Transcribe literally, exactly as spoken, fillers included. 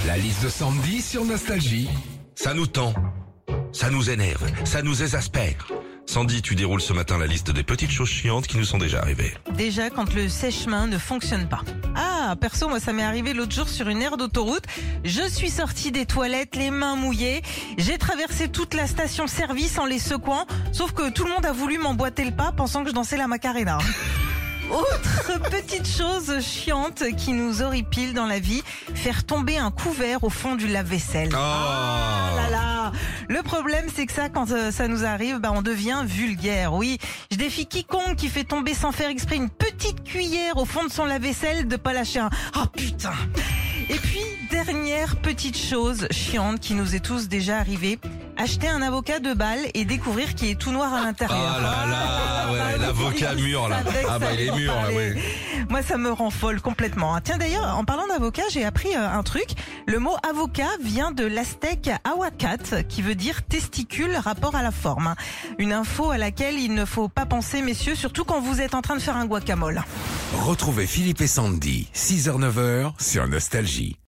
La liste de Sandy sur Nostalgie. Ça nous tend, ça nous énerve, ça nous exaspère. Sandy, tu déroules ce matin la liste des petites choses chiantes qui nous sont déjà arrivées. Déjà quand le sèche-main ne fonctionne pas. Ah, perso, moi ça m'est arrivé l'autre jour sur une aire d'autoroute. Je suis sortie des toilettes, les mains mouillées. J'ai traversé toute la station-service en les secouant. Sauf que tout le monde a voulu m'emboîter le pas pensant que je dansais la Macarena. Autre petite chose chiante qui nous horripile dans la vie, faire tomber un couvert au fond du lave-vaisselle. Oh. Ah là là. Le problème, c'est que ça, quand euh, ça nous arrive, bah, on devient vulgaire. Oui, je défie quiconque qui fait tomber sans faire exprès une petite cuillère au fond de son lave-vaisselle de pas lâcher un « Ah putain !» Et puis, dernière petite chose chiante qui nous est tous déjà arrivée, acheter un avocat de balle et découvrir qu'il est tout noir à l'intérieur. Ah là là, ouais, l'avocat mûr là. Ah bah il est mûr là, oui. Moi ça me rend folle complètement. Tiens d'ailleurs, en parlant d'avocat, j'ai appris euh, un truc. Le mot avocat vient de l'aztèque ahuacat, qui veut dire testicule, rapport à la forme. Une info à laquelle il ne faut pas penser, messieurs, surtout quand vous êtes en train de faire un guacamole. Retrouvez Philippe et Sandy, six heures neuf heures sur Nostalgie.